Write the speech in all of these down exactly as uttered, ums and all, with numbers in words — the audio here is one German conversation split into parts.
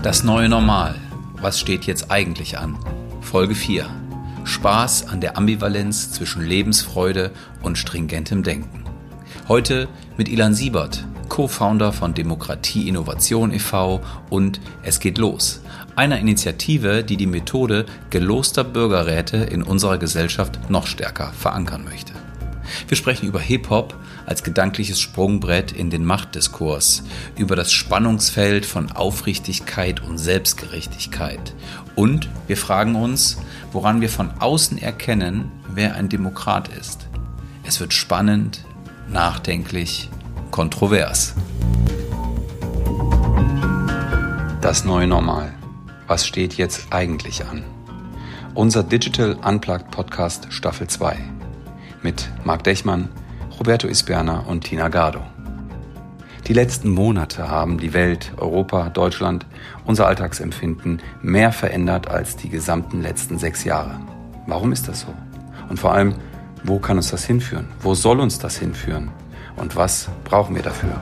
Das neue Normal. Was steht jetzt eigentlich an? Folge vier. Spaß an der Ambivalenz zwischen Lebensfreude und stringentem Denken. Heute mit Ilan Siebert, Co-Founder von Demokratie Innovation e V und Es geht los, einer Initiative, die die Methode geloster Bürgerräte in unserer Gesellschaft noch stärker verankern möchte. Wir sprechen über Hip-Hop als gedankliches Sprungbrett in den Machtdiskurs, über das Spannungsfeld von Aufrichtigkeit und Selbstgerechtigkeit. Und wir fragen uns, woran wir von außen erkennen, wer ein Demokrat ist. Es wird spannend, nachdenklich, kontrovers. Das neue Normal. Was steht jetzt eigentlich an? Unser Digital Unplugged Podcast Staffel zwei. Mit Marc Dechmann, Roberto Isberna und Tina Gado. Die letzten Monate haben die Welt, Europa, Deutschland, unser Alltagsempfinden mehr verändert als die gesamten letzten sechs Jahre. Warum ist das so? Und vor allem, wo kann uns das hinführen? Wo soll uns das hinführen? Und was brauchen wir dafür?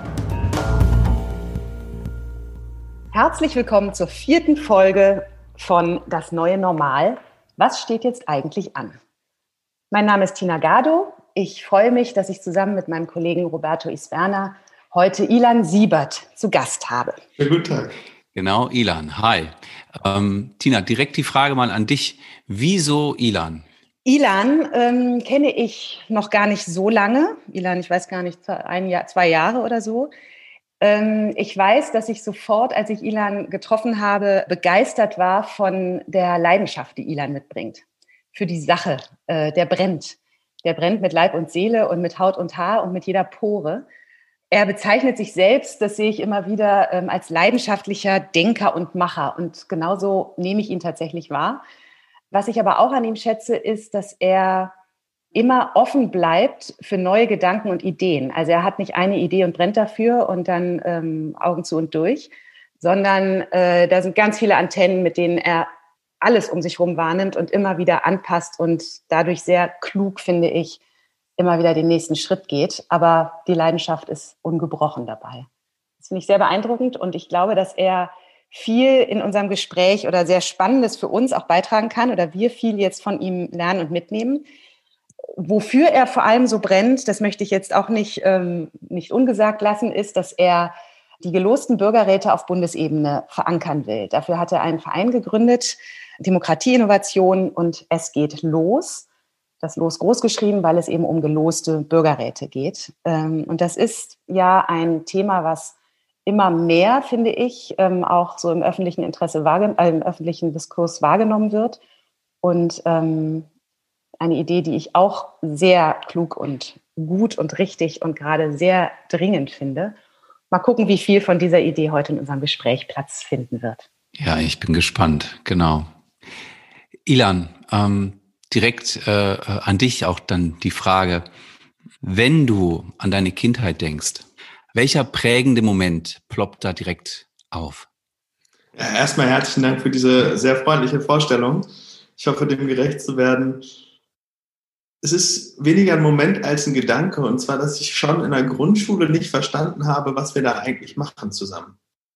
Herzlich willkommen zur vierten Folge von Das neue Normal. Was steht jetzt eigentlich an? Mein Name ist Tina Gado. Ich freue mich, dass ich zusammen mit meinem Kollegen Roberto Isberna heute Ilan Siebert zu Gast habe. Ja, guten Tag. Genau, Ilan. Hi. Ähm, Tina, direkt die Frage mal an dich. Wieso Ilan? Ilan ähm, kenne ich noch gar nicht so lange. Ilan, ich weiß gar nicht, ein Jahr, zwei Jahre oder so. Ähm, ich weiß, dass ich sofort, als ich Ilan getroffen habe, begeistert war von der Leidenschaft, die Ilan mitbringt. Für die Sache, äh, der brennt. Der brennt mit Leib und Seele und mit Haut und Haar und mit jeder Pore. Er bezeichnet sich selbst, das sehe ich immer wieder, ähm, als leidenschaftlicher Denker und Macher. Und genauso nehme ich ihn tatsächlich wahr. Was ich aber auch an ihm schätze, ist, dass er immer offen bleibt für neue Gedanken und Ideen. Also er hat nicht eine Idee und brennt dafür und dann ähm, Augen zu und durch, sondern äh, da sind ganz viele Antennen, mit denen er alles um sich herum wahrnimmt und immer wieder anpasst und dadurch sehr klug, finde ich, immer wieder den nächsten Schritt geht. Aber die Leidenschaft ist ungebrochen dabei. Das finde ich sehr beeindruckend und ich glaube, dass er viel in unserem Gespräch oder sehr Spannendes für uns auch beitragen kann oder wir viel jetzt von ihm lernen und mitnehmen. Wofür er vor allem so brennt, das möchte ich jetzt auch nicht, ähm, nicht ungesagt lassen, ist, dass er die gelosten Bürgerräte auf Bundesebene verankern will. Dafür hat er einen Verein gegründet, Demokratie Innovation und Es geht los. Das Los groß geschrieben, weil es eben um geloste Bürgerräte geht. Und das ist ja ein Thema, was immer mehr, finde ich, auch so im öffentlichen Interesse, äh, im öffentlichen Diskurs wahrgenommen wird. Und eine Idee, die ich auch sehr klug und gut und richtig und gerade sehr dringend finde. Mal gucken, wie viel von dieser Idee heute in unserem Gespräch Platz finden wird. Ja, ich bin gespannt, genau. Ilan, ähm, direkt äh, an dich auch dann die Frage, wenn du an deine Kindheit denkst, welcher prägende Moment ploppt da direkt auf? Ja, erstmal herzlichen Dank für diese sehr freundliche Vorstellung. Ich hoffe, dem gerecht zu werden. Es ist weniger ein Moment als ein Gedanke, und zwar, dass ich schon in der Grundschule nicht verstanden habe, was wir da eigentlich machen zusammen.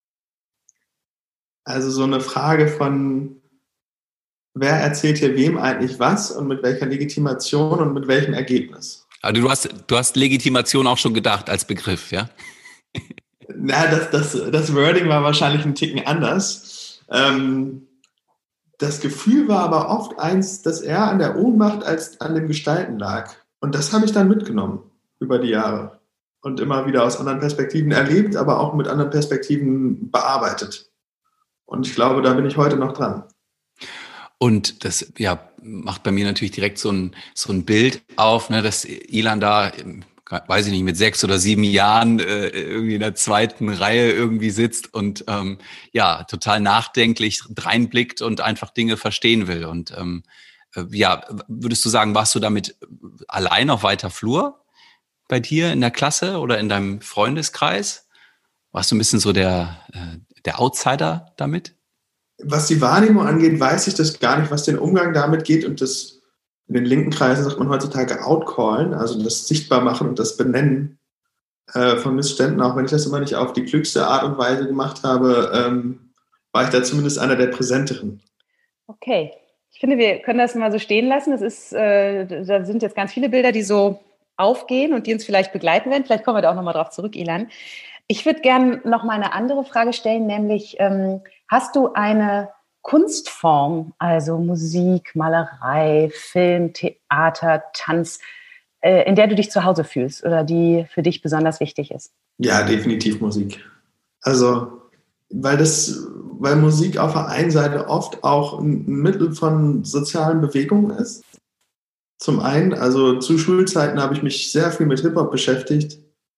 Also so eine Frage von, wer erzählt hier wem eigentlich was und mit welcher Legitimation und mit welchem Ergebnis? Also du hast, du hast Legitimation auch schon gedacht als Begriff, ja? Na, das, das, das Wording war wahrscheinlich ein Ticken anders. Ähm, das Gefühl war aber oft eins, dass er an der Ohnmacht als an dem Gestalten lag. Und das habe ich dann mitgenommen über die Jahre und immer wieder aus anderen Perspektiven erlebt, aber auch mit anderen Perspektiven bearbeitet. Und ich glaube, da bin ich heute noch dran. Und das ja, macht bei mir natürlich direkt so ein, so ein Bild auf, ne, dass Ilan da, weiß ich nicht, mit sechs oder sieben Jahren äh, irgendwie in der zweiten Reihe irgendwie sitzt und ähm, ja, total nachdenklich reinblickt und einfach Dinge verstehen will. Und ähm, äh, ja, würdest du sagen, warst du damit allein auf weiter Flur bei dir in der Klasse oder in deinem Freundeskreis? Warst du ein bisschen so der, äh, der Outsider damit? Was die Wahrnehmung angeht, weiß ich das gar nicht, was den Umgang damit geht und das in den linken Kreisen sagt man heutzutage outcallen, also das Sichtbarmachen und das Benennen äh, von Missständen, auch wenn ich das immer nicht auf die klügste Art und Weise gemacht habe, ähm, war ich da zumindest einer der präsenteren. Okay. Ich finde, wir können das mal so stehen lassen. Das ist, äh, da sind jetzt ganz viele Bilder, die so aufgehen und die uns vielleicht begleiten werden. Vielleicht kommen wir da auch nochmal drauf zurück, Ilan. Ich würde gerne noch mal eine andere Frage stellen, nämlich ähm, hast du eine Kunstform, also Musik, Malerei, Film, Theater, Tanz, äh, in der du dich zu Hause fühlst oder die für dich besonders wichtig ist? Ja, definitiv Musik. Also, weil das, weil Musik auf der einen Seite oft auch ein Mittel von sozialen Bewegungen ist. Zum einen, also zu Schulzeiten habe ich mich sehr viel mit Hip-Hop beschäftigt.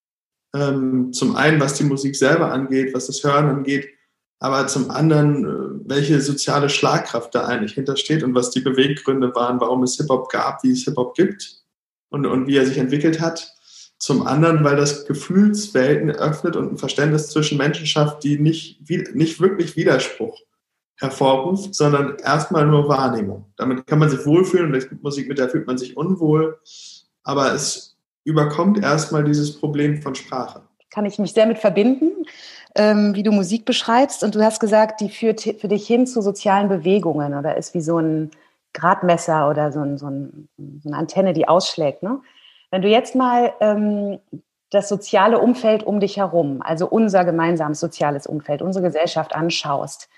Ähm, zum einen, was die Musik selber angeht, was das Hören angeht, aber zum anderen, welche soziale Schlagkraft da eigentlich hintersteht und was die Beweggründe waren, warum es Hip-Hop gab, wie es Hip-Hop gibt und, und wie er sich entwickelt hat. Zum anderen, weil das Gefühlswelten öffnet und ein Verständnis zwischen Menschen schafft, die nicht, nicht wirklich Widerspruch hervorruft, sondern erstmal nur Wahrnehmung. Damit kann man sich wohlfühlen und es gibt Musik, mit der fühlt man sich unwohl, aber es überkommt erstmal dieses Problem von Sprache. Kann ich mich sehr mit verbinden, ähm, wie du Musik beschreibst. Und du hast gesagt, die führt für dich hin zu sozialen Bewegungen oder ist wie so ein Gradmesser oder so, ein, so, ein, so eine Antenne, die ausschlägt, ne? Wenn du jetzt mal ähm, das soziale Umfeld um dich herum, also unser gemeinsames soziales Umfeld, unsere Gesellschaft anschaust,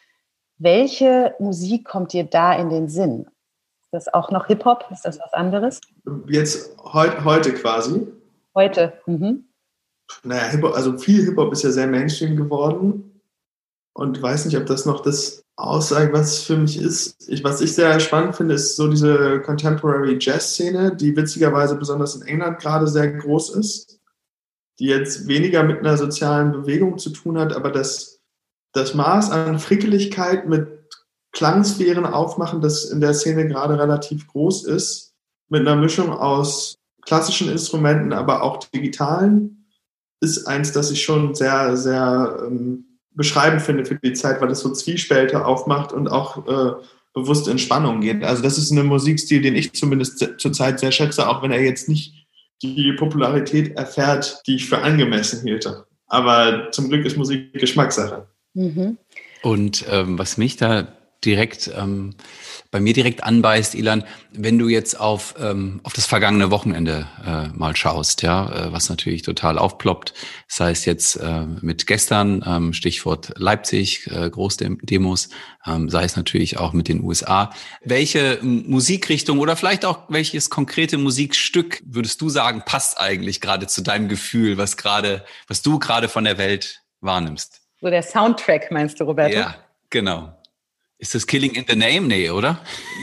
welche Musik kommt dir da in den Sinn? Ist das auch noch Hip-Hop? Ist das was anderes? Jetzt heut, heute quasi? Heute. Mhm. Naja, Hip-Hop, also viel Hip-Hop ist ja sehr Mainstream geworden und weiß nicht, ob das noch das aussagt, was für mich ist. Ich, was ich sehr spannend finde, ist so diese Contemporary Jazz-Szene, die witzigerweise besonders in England gerade sehr groß ist, die jetzt weniger mit einer sozialen Bewegung zu tun hat, aber das, das Maß an Frickeligkeit mit Klangsphären aufmachen, das in der Szene gerade relativ groß ist, mit einer Mischung aus klassischen Instrumenten, aber auch digitalen, ist eins, das ich schon sehr, sehr ähm, beschreibend finde für die Zeit, weil es so Zwiespälte aufmacht und auch äh, bewusst in Spannung geht. Also das ist ein Musikstil, den ich zumindest zurzeit sehr schätze, auch wenn er jetzt nicht die Popularität erfährt, die ich für angemessen hielte. Aber zum Glück ist Musik Geschmackssache. Mhm. Und ähm, was mich da direkt ähm, bei mir direkt anbeißt, Ilan, wenn du jetzt auf ähm, auf das vergangene Wochenende äh, mal schaust, ja, äh, was natürlich total aufploppt, das heißt jetzt äh, mit gestern, ähm, Stichwort Leipzig, äh, Großdemos, ähm, sei es natürlich auch mit den U S A. Welche Musikrichtung oder vielleicht auch welches konkrete Musikstück würdest du sagen, passt eigentlich gerade zu deinem Gefühl, was gerade, was du gerade von der Welt wahrnimmst? So der Soundtrack, meinst du, Roberto? Ja, genau. Ist das Killing in the Name? Nee, oder?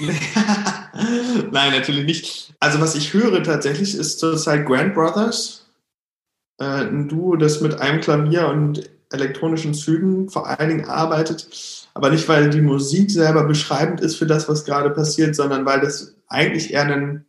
Nein, natürlich nicht. Also was ich höre tatsächlich ist zurzeit Grand Brothers. Äh, ein Duo, das mit einem Klavier und elektronischen Zügen vor allen Dingen arbeitet. Aber nicht, weil die Musik selber beschreibend ist für das, was gerade passiert, sondern weil das eigentlich eher einen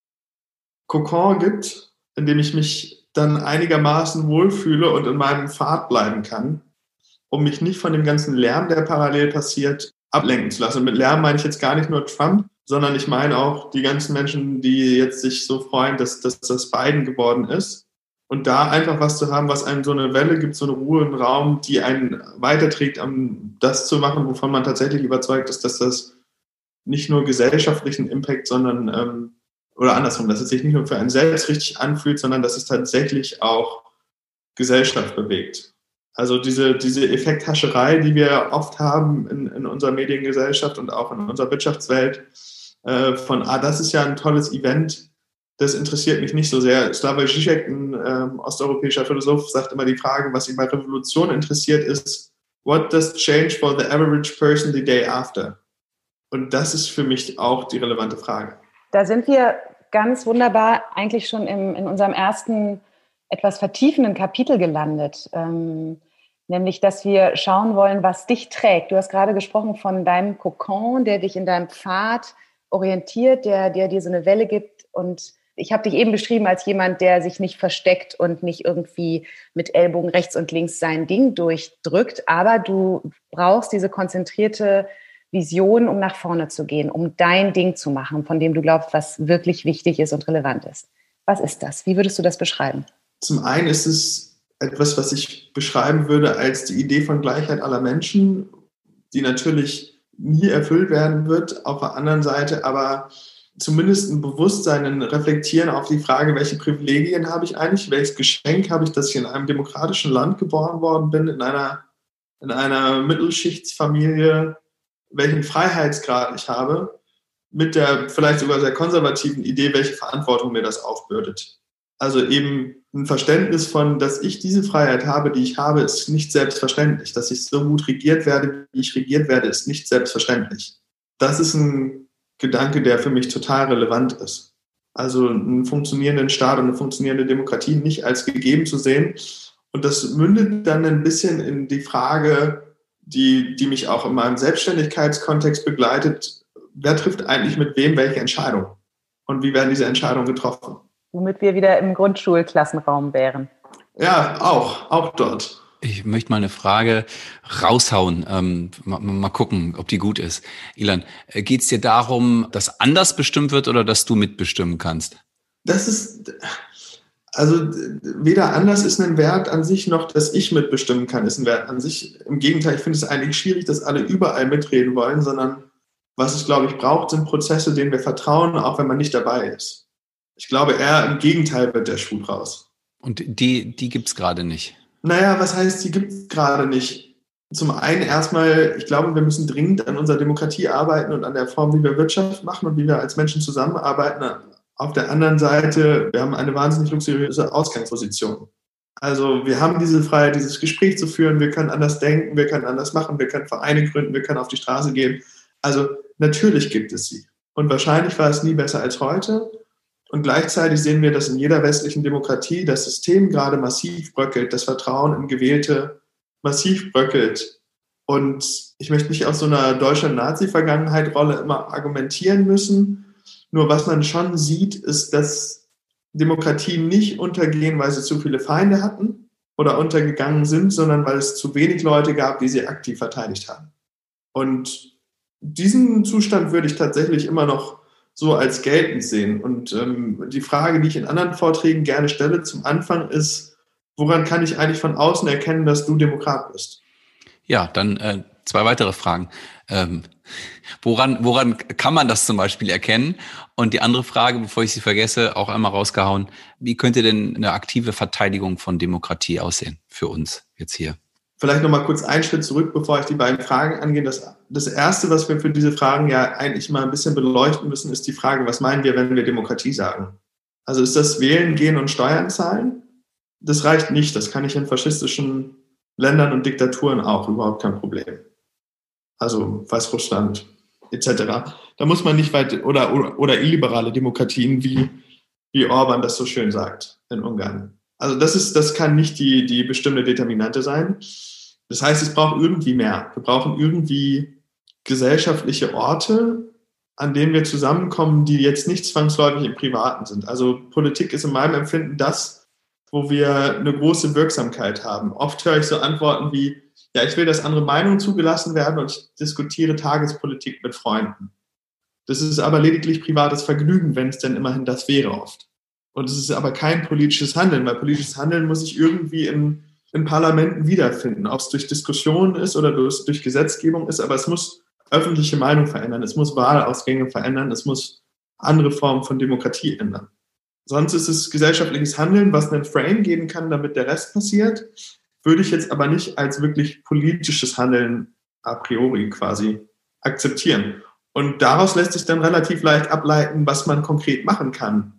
Kokon gibt, in dem ich mich dann einigermaßen wohlfühle und in meinem Pfad bleiben kann, um mich nicht von dem ganzen Lärm, der parallel passiert, ablenken zu lassen. Und mit Lärm meine ich jetzt gar nicht nur Trump, sondern ich meine auch die ganzen Menschen, die jetzt sich so freuen, dass, dass das Biden geworden ist. Und da einfach was zu haben, was einem so eine Welle gibt, so eine Ruhe, einen Raum, die einen weiterträgt, um das zu machen, wovon man tatsächlich überzeugt ist, dass das nicht nur gesellschaftlichen Impact, sondern, ähm, oder andersrum, dass es sich nicht nur für einen selbst richtig anfühlt, sondern dass es tatsächlich auch Gesellschaft bewegt. Also diese, diese Effekthascherei, die wir oft haben in, in unserer Mediengesellschaft und auch in unserer Wirtschaftswelt, äh, von, ah, das ist ja ein tolles Event, das interessiert mich nicht so sehr. Slavoj Žižek, ein ähm, osteuropäischer Philosoph, sagt immer die Frage, was ihn bei Revolution interessiert, ist, what does change for the average person the day after? Und das ist für mich auch die relevante Frage. Da sind wir ganz wunderbar eigentlich schon im, in unserem ersten etwas vertiefenden Kapitel gelandet, ähm, nämlich, dass wir schauen wollen, was dich trägt. Du hast gerade gesprochen von deinem Kokon, der dich in deinem Pfad orientiert, der, der dir so eine Welle gibt. Und ich habe dich eben beschrieben als jemand, der sich nicht versteckt und nicht irgendwie mit Ellbogen rechts und links sein Ding durchdrückt, aber du brauchst diese konzentrierte Vision, um nach vorne zu gehen, um dein Ding zu machen, von dem du glaubst, was wirklich wichtig ist und relevant ist. Was ist das? Wie würdest du das beschreiben? Zum einen ist es etwas, was ich beschreiben würde als die Idee von Gleichheit aller Menschen, die natürlich nie erfüllt werden wird, auf der anderen Seite aber zumindest ein Bewusstsein, ein Reflektieren auf die Frage, welche Privilegien habe ich eigentlich, welches Geschenk habe ich, dass ich in einem demokratischen Land geboren worden bin, in einer, in einer Mittelschichtsfamilie, welchen Freiheitsgrad ich habe, mit der vielleicht sogar sehr konservativen Idee, welche Verantwortung mir das aufbürdet. Also eben ein Verständnis von, dass ich diese Freiheit habe, die ich habe, ist nicht selbstverständlich. Dass ich so gut regiert werde, wie ich regiert werde, ist nicht selbstverständlich. Das ist ein Gedanke, der für mich total relevant ist. Also einen funktionierenden Staat und eine funktionierende Demokratie nicht als gegeben zu sehen. Und das mündet dann ein bisschen in die Frage, die, die mich auch in meinem Selbstständigkeitskontext begleitet. Wer trifft eigentlich mit wem welche Entscheidung? Und wie werden diese Entscheidungen getroffen? Womit wir wieder im Grundschulklassenraum wären. Ja, auch, auch dort. Ich möchte mal eine Frage raushauen, ähm, mal, mal gucken, ob die gut ist. Ilan, geht es dir darum, dass anders bestimmt wird oder dass du mitbestimmen kannst? Das ist, also weder anders ist ein Wert an sich, noch dass ich mitbestimmen kann, ist ein Wert an sich. Im Gegenteil, ich finde es eigentlich schwierig, dass alle überall mitreden wollen, sondern was es, glaube ich, braucht, sind Prozesse, denen wir vertrauen, auch wenn man nicht dabei ist. Ich glaube eher, im Gegenteil wird der Schuh draus. Und die, die gibt es gerade nicht? Naja, was heißt, die gibt es gerade nicht? Zum einen erstmal, ich glaube, wir müssen dringend an unserer Demokratie arbeiten und an der Form, wie wir Wirtschaft machen und wie wir als Menschen zusammenarbeiten. Auf der anderen Seite, wir haben eine wahnsinnig luxuriöse Ausgangsposition. Also wir haben diese Freiheit, dieses Gespräch zu führen, wir können anders denken, wir können anders machen, wir können Vereine gründen, wir können auf die Straße gehen. Also natürlich gibt es sie. Und wahrscheinlich war es nie besser als heute. Und gleichzeitig sehen wir, dass in jeder westlichen Demokratie das System gerade massiv bröckelt, das Vertrauen in Gewählte massiv bröckelt. Und ich möchte nicht aus so einer deutschen Nazi-Vergangenheit-Rolle immer argumentieren müssen. Nur was man schon sieht, ist, dass Demokratien nicht untergehen, weil sie zu viele Feinde hatten oder untergegangen sind, sondern weil es zu wenig Leute gab, die sie aktiv verteidigt haben. Und diesen Zustand würde ich tatsächlich immer noch so als geltend sehen. Und ähm, die Frage, die ich in anderen Vorträgen gerne stelle zum Anfang ist, woran kann ich eigentlich von außen erkennen, dass du Demokrat bist? Ja, dann äh, zwei weitere Fragen. Ähm, woran, woran kann man das zum Beispiel erkennen? Und die andere Frage, bevor ich sie vergesse, auch einmal rausgehauen, wie könnte denn eine aktive Verteidigung von Demokratie aussehen für uns jetzt hier? Vielleicht noch mal kurz einen Schritt zurück, bevor ich die beiden Fragen angehe. Das, das Erste, was wir für diese Fragen ja eigentlich mal ein bisschen beleuchten müssen, ist die Frage, was meinen wir, wenn wir Demokratie sagen? Also ist das Wählen, Gehen und Steuern zahlen? Das reicht nicht. Das kann ich in faschistischen Ländern und Diktaturen auch, überhaupt kein Problem. Also Weißrussland et cetera. Da muss man nicht weit, oder, oder, oder illiberale Demokratien, wie, wie Orban das so schön sagt in Ungarn. Also das ist, das kann nicht die, die bestimmte Determinante sein. Das heißt, es braucht irgendwie mehr. Wir brauchen irgendwie gesellschaftliche Orte, an denen wir zusammenkommen, die jetzt nicht zwangsläufig im Privaten sind. Also Politik ist in meinem Empfinden das, wo wir eine große Wirksamkeit haben. Oft höre ich so Antworten wie, ja, ich will, dass andere Meinungen zugelassen werden und ich diskutiere Tagespolitik mit Freunden. Das ist aber lediglich privates Vergnügen, wenn es denn immerhin das wäre oft. Und es ist aber kein politisches Handeln, weil politisches Handeln muss sich irgendwie in, in Parlamenten wiederfinden, ob es durch Diskussionen ist oder durch, durch Gesetzgebung ist, aber es muss öffentliche Meinung verändern, es muss Wahlausgänge verändern, es muss andere Formen von Demokratie ändern. Sonst ist es gesellschaftliches Handeln, was einen Frame geben kann, damit der Rest passiert, würde ich jetzt aber nicht als wirklich politisches Handeln a priori quasi akzeptieren. Und daraus lässt sich dann relativ leicht ableiten, was man konkret machen kann,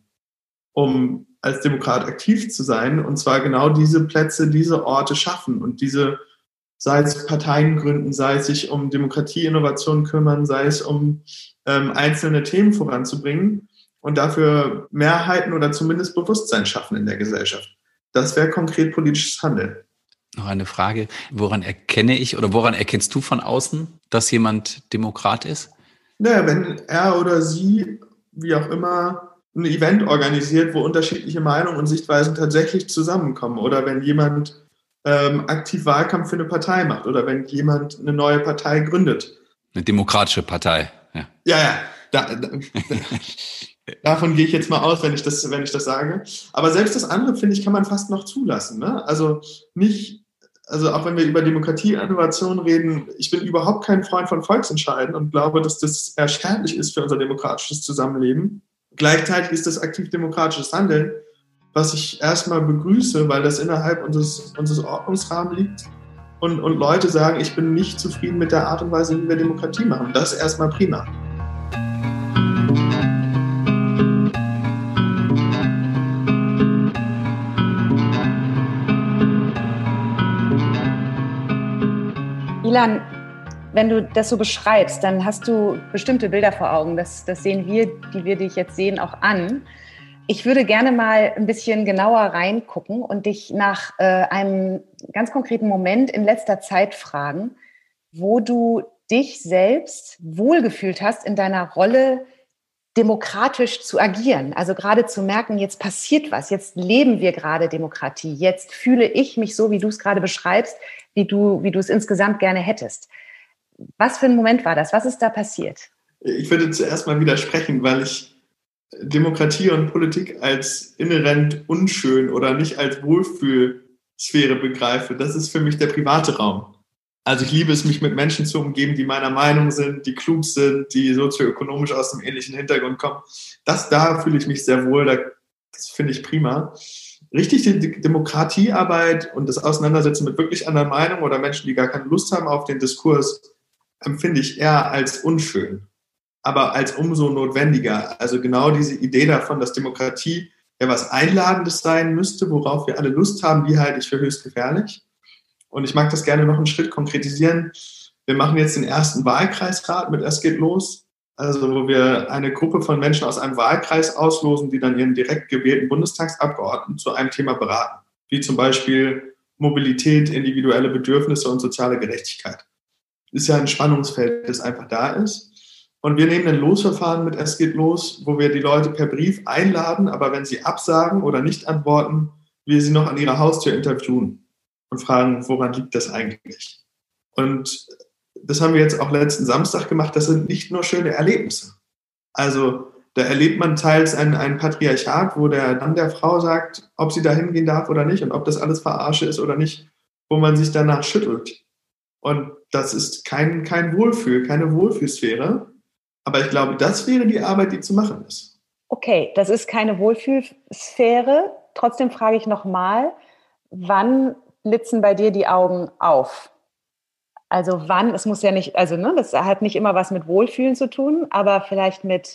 um als Demokrat aktiv zu sein, und zwar genau diese Plätze, diese Orte schaffen und diese, sei es Parteien gründen, sei es sich um Demokratieinnovation kümmern, sei es um ähm, einzelne Themen voranzubringen und dafür Mehrheiten oder zumindest Bewusstsein schaffen in der Gesellschaft. Das wäre konkret politisches Handeln. Noch eine Frage, woran erkenne ich oder woran erkennst du von außen, dass jemand Demokrat ist? Naja, wenn er oder sie, wie auch immer, ein Event organisiert, wo unterschiedliche Meinungen und Sichtweisen tatsächlich zusammenkommen, oder wenn jemand ähm, aktiv Wahlkampf für eine Partei macht oder wenn jemand eine neue Partei gründet. Eine demokratische Partei. Ja, ja, ja da, da, davon gehe ich jetzt mal aus, wenn ich das, wenn ich das sage. Aber selbst das andere, finde ich, kann man fast noch zulassen. Ne? Also nicht, also auch wenn wir über Demokratie-Innovation reden, ich bin überhaupt kein Freund von Volksentscheiden und glaube, dass das eher schädlich ist für unser demokratisches Zusammenleben. Gleichzeitig ist das aktiv demokratisches Handeln, was ich erstmal begrüße, weil das innerhalb unseres, unseres Ordnungsrahmens liegt und, und Leute sagen, ich bin nicht zufrieden mit der Art und Weise, wie wir Demokratie machen. Das ist erstmal prima. Ilan, wenn du das so beschreibst, dann hast du bestimmte Bilder vor Augen. Das, das sehen wir, die wir dich jetzt sehen, auch an. Ich würde gerne mal ein bisschen genauer reingucken und dich nach äh, einem ganz konkreten Moment in letzter Zeit fragen, wo du dich selbst wohlgefühlt hast in deiner Rolle, demokratisch zu agieren. Also gerade zu merken, jetzt passiert was, jetzt leben wir gerade Demokratie, jetzt fühle ich mich so, wie du es gerade beschreibst, wie du, wie du es insgesamt gerne hättest. Was für ein Moment war das? Was ist da passiert? Ich würde zuerst mal widersprechen, weil ich Demokratie und Politik als inhärent unschön oder nicht als Wohlfühlsphäre begreife. Das ist für mich der private Raum. Also ich liebe es, mich mit Menschen zu umgeben, die meiner Meinung sind, die klug sind, die sozioökonomisch aus einem ähnlichen Hintergrund kommen. Das, da fühle ich mich sehr wohl, das finde ich prima. Richtig, die Demokratiearbeit und das Auseinandersetzen mit wirklich anderen Meinungen oder Menschen, die gar keine Lust haben auf den Diskurs, empfinde ich eher als unschön, aber als umso notwendiger. Also genau diese Idee davon, dass Demokratie ja was Einladendes sein müsste, worauf wir alle Lust haben, die halte ich für höchst gefährlich. Und ich mag das gerne noch einen Schritt konkretisieren. Wir machen jetzt den ersten Wahlkreisrat mit Es geht los. Also wo wir eine Gruppe von Menschen aus einem Wahlkreis auslosen, die dann ihren direkt gewählten Bundestagsabgeordneten zu einem Thema beraten. Wie zum Beispiel Mobilität, individuelle Bedürfnisse und soziale Gerechtigkeit. Das ist ja ein Spannungsfeld, das einfach da ist. Und wir nehmen ein Losverfahren mit Es geht los, wo wir die Leute per Brief einladen, aber wenn sie absagen oder nicht antworten, wir sie noch an ihrer Haustür interviewen und fragen, woran liegt das eigentlich? Und das haben wir jetzt auch letzten Samstag gemacht. Das sind nicht nur schöne Erlebnisse. Also da erlebt man teils ein, ein Patriarchat, wo der Mann der Frau sagt, ob sie da hingehen darf oder nicht und ob das alles Verarsche ist oder nicht, wo man sich danach schüttelt. Und das ist kein, kein Wohlfühl, keine Wohlfühlsphäre. Aber ich glaube, das wäre die Arbeit, die zu machen ist. Okay, das ist keine Wohlfühlsphäre. Trotzdem frage ich nochmal, wann blitzen bei dir die Augen auf? Also wann, es muss ja nicht, also ne, das hat nicht immer was mit Wohlfühlen zu tun, aber vielleicht mit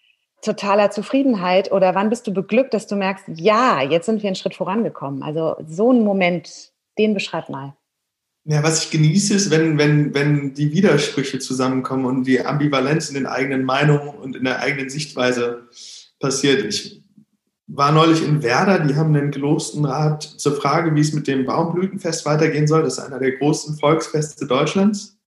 totaler Zufriedenheit oder wann bist du beglückt, dass du merkst, ja, jetzt sind wir einen Schritt vorangekommen. Also so einen Moment, den beschreib mal. Ja, was ich genieße, ist, wenn, wenn, wenn die Widersprüche zusammenkommen und die Ambivalenz in den eigenen Meinungen und in der eigenen Sichtweise passiert. Ich war neulich in Werder, die haben einen gelosten Rat zur Frage, wie es mit dem Baumblütenfest weitergehen soll. Das ist einer der größten Volksfeste Deutschlands.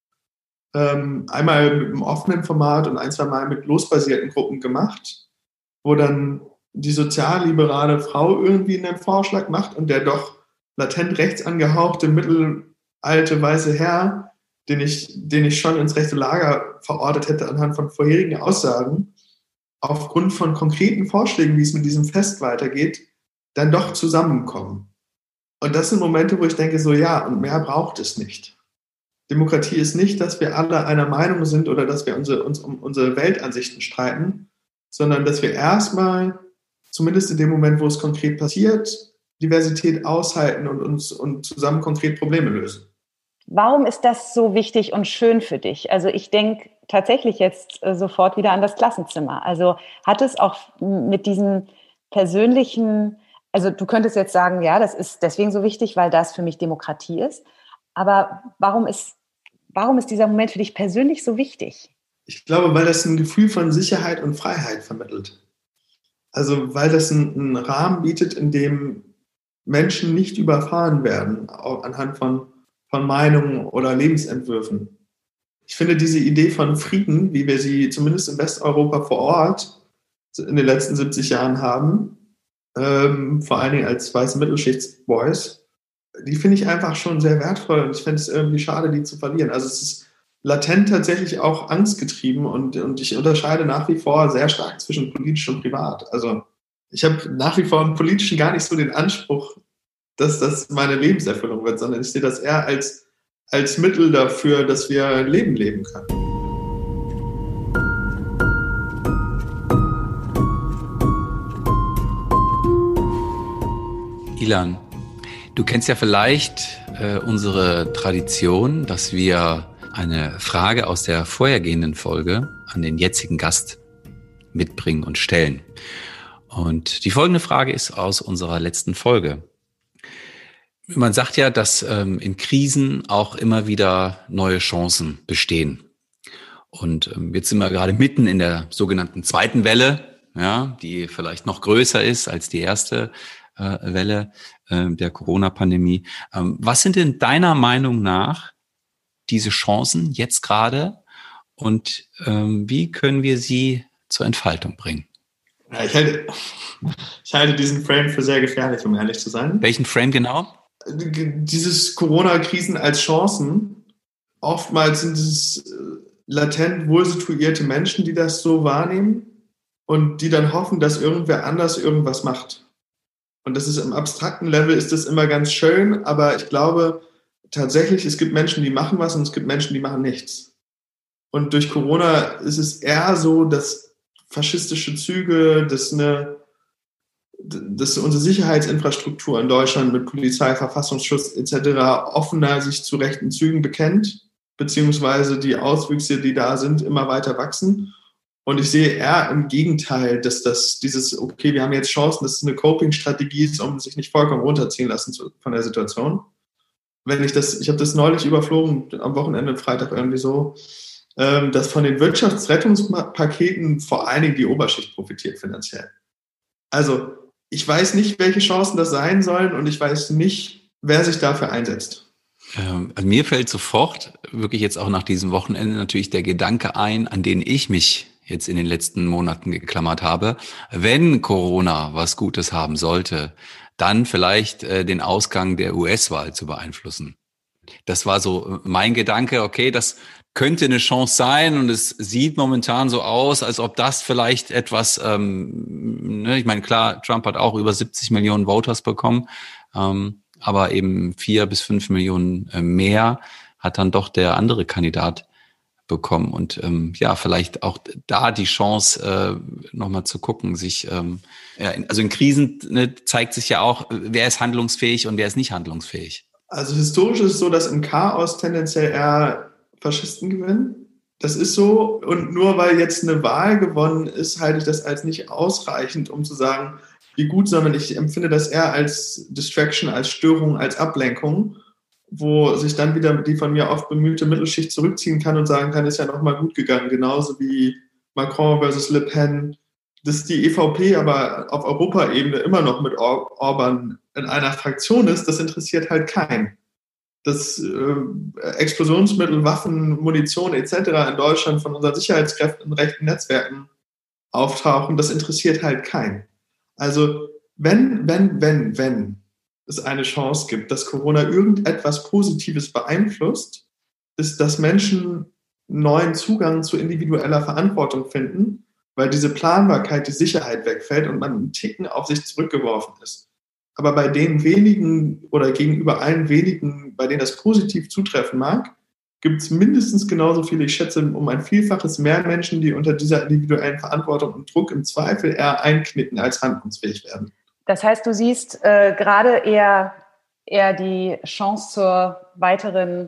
Ähm, einmal mit einem offenen Format und ein, zwei Mal mit losbasierten Gruppen gemacht, wo dann die sozialliberale Frau irgendwie einen Vorschlag macht und der doch latent rechts angehauchte mittelalte weiße Herr, den ich, den ich schon ins rechte Lager verortet hätte anhand von vorherigen Aussagen, aufgrund von konkreten Vorschlägen, wie es mit diesem Fest weitergeht, dann doch zusammenkommen. Und das sind Momente, wo ich denke, so ja, und mehr braucht es nicht. Demokratie ist nicht, dass wir alle einer Meinung sind oder dass wir unsere, uns um unsere Weltansichten streiten, sondern dass wir erstmal, zumindest in dem Moment, wo es konkret passiert, Diversität aushalten und uns und zusammen konkret Probleme lösen. Warum ist das so wichtig und schön für dich? Also ich denke tatsächlich jetzt äh, sofort wieder an das Klassenzimmer. Also hat es auch mit diesem persönlichen, also du könntest jetzt sagen, ja, das ist deswegen so wichtig, weil das für mich Demokratie ist. Aber warum ist, warum ist dieser Moment für dich persönlich so wichtig? Ich glaube, weil das ein Gefühl von Sicherheit und Freiheit vermittelt. Also weil das einen Rahmen bietet, in dem Menschen nicht überfahren werden, auch anhand von von Meinungen oder Lebensentwürfen. Ich finde diese Idee von Frieden, wie wir sie zumindest in Westeuropa vor Ort in den letzten siebzig Jahren haben, ähm, vor allen Dingen als weiße Mittelschichtsboys, die finde ich einfach schon sehr wertvoll und ich finde es irgendwie schade, die zu verlieren. Also es ist latent tatsächlich auch angstgetrieben und, und ich unterscheide nach wie vor sehr stark zwischen politisch und privat. Also ich habe nach wie vor im Politischen gar nicht so den Anspruch, dass das meine Lebenserfüllung wird, sondern ich sehe das eher als, als Mittel dafür, dass wir ein Leben leben können. Ilan, du kennst ja vielleicht äh, unsere Tradition, dass wir eine Frage aus der vorhergehenden Folge an den jetzigen Gast mitbringen und stellen. Und die folgende Frage ist aus unserer letzten Folge. Man sagt ja, dass ähm, in Krisen auch immer wieder neue Chancen bestehen. Und ähm, jetzt sind wir gerade mitten in der sogenannten zweiten Welle, ja, die vielleicht noch größer ist als die erste äh, Welle äh, der Corona-Pandemie. Ähm, was sind denn deiner Meinung nach diese Chancen jetzt gerade und ähm, wie können wir sie zur Entfaltung bringen? Ja, ich, halte, ich halte diesen Frame für sehr gefährlich, um ehrlich zu sein. Welchen Frame genau? Dieses Corona-Krisen als Chancen. Oftmals sind es latent wohl situierte Menschen, die das so wahrnehmen und die dann hoffen, dass irgendwer anders irgendwas macht. Und das ist im abstrakten Level ist das immer ganz schön, aber ich glaube tatsächlich, es gibt Menschen, die machen was und es gibt Menschen, die machen nichts. Und durch Corona ist es eher so, dass faschistische Züge, dass, eine, dass unsere Sicherheitsinfrastruktur in Deutschland mit Polizei, Verfassungsschutz et cetera offener sich zu rechten Zügen bekennt, beziehungsweise die Auswüchse, die da sind, immer weiter wachsen. Und ich sehe eher im Gegenteil, dass das dieses, okay, wir haben jetzt Chancen, dass es eine Coping-Strategie ist, um sich nicht vollkommen runterziehen lassen zu, von der Situation. Wenn ich das, ich habe das neulich überflogen, am Wochenende, Freitag irgendwie so, dass von den Wirtschaftsrettungspaketen vor allen Dingen die Oberschicht profitiert finanziell. Also ich weiß nicht, welche Chancen das sein sollen und ich weiß nicht, wer sich dafür einsetzt. Ähm, also mir fällt sofort, wirklich jetzt auch nach diesem Wochenende, natürlich der Gedanke ein, an den ich mich jetzt in den letzten Monaten geklammert habe. Wenn Corona was Gutes haben sollte, dann vielleicht äh, den Ausgang der U S-Wahl zu beeinflussen. Das war so mein Gedanke, okay, das könnte eine Chance sein und es sieht momentan so aus, als ob das vielleicht etwas, ähm, ne, ich meine, klar, Trump hat auch über siebzig Millionen Voters bekommen, ähm, aber eben vier bis fünf Millionen äh, mehr hat dann doch der andere Kandidat bekommen und ähm, ja, vielleicht auch da die Chance, äh, nochmal zu gucken, sich, ähm, ja, in, also in Krisen ne, zeigt sich ja auch, wer ist handlungsfähig und wer ist nicht handlungsfähig. Also historisch ist es so, dass im Chaos tendenziell eher Faschisten gewinnen. Das ist so. Und nur weil jetzt eine Wahl gewonnen ist, halte ich das als nicht ausreichend, um zu sagen, wie gut, sondern ich empfinde das eher als Distraction, als Störung, als Ablenkung, wo sich dann wieder die von mir oft bemühte Mittelschicht zurückziehen kann und sagen kann, ist ja nochmal gut gegangen. Genauso wie Macron versus Le Pen. Dass die E V P aber auf Europaebene immer noch mit Or- Orban in einer Fraktion ist, das interessiert halt keinen. Dass äh, Explosionsmittel, Waffen, Munition et cetera in Deutschland von unseren Sicherheitskräften in rechten Netzwerken auftauchen, das interessiert halt keinen. Also wenn, wenn, wenn, wenn es eine Chance gibt, dass Corona irgendetwas Positives beeinflusst, ist, dass Menschen neuen Zugang zu individueller Verantwortung finden, weil diese Planbarkeit, die Sicherheit wegfällt und man einen Ticken auf sich zurückgeworfen ist. Aber bei den wenigen oder gegenüber allen wenigen, bei denen das positiv zutreffen mag, gibt es mindestens genauso viele, ich schätze, um ein Vielfaches mehr Menschen, die unter dieser individuellen Verantwortung und Druck im Zweifel eher einknicken, als handlungsfähig werden. Das heißt, du siehst äh, gerade eher, eher die Chance zur weiteren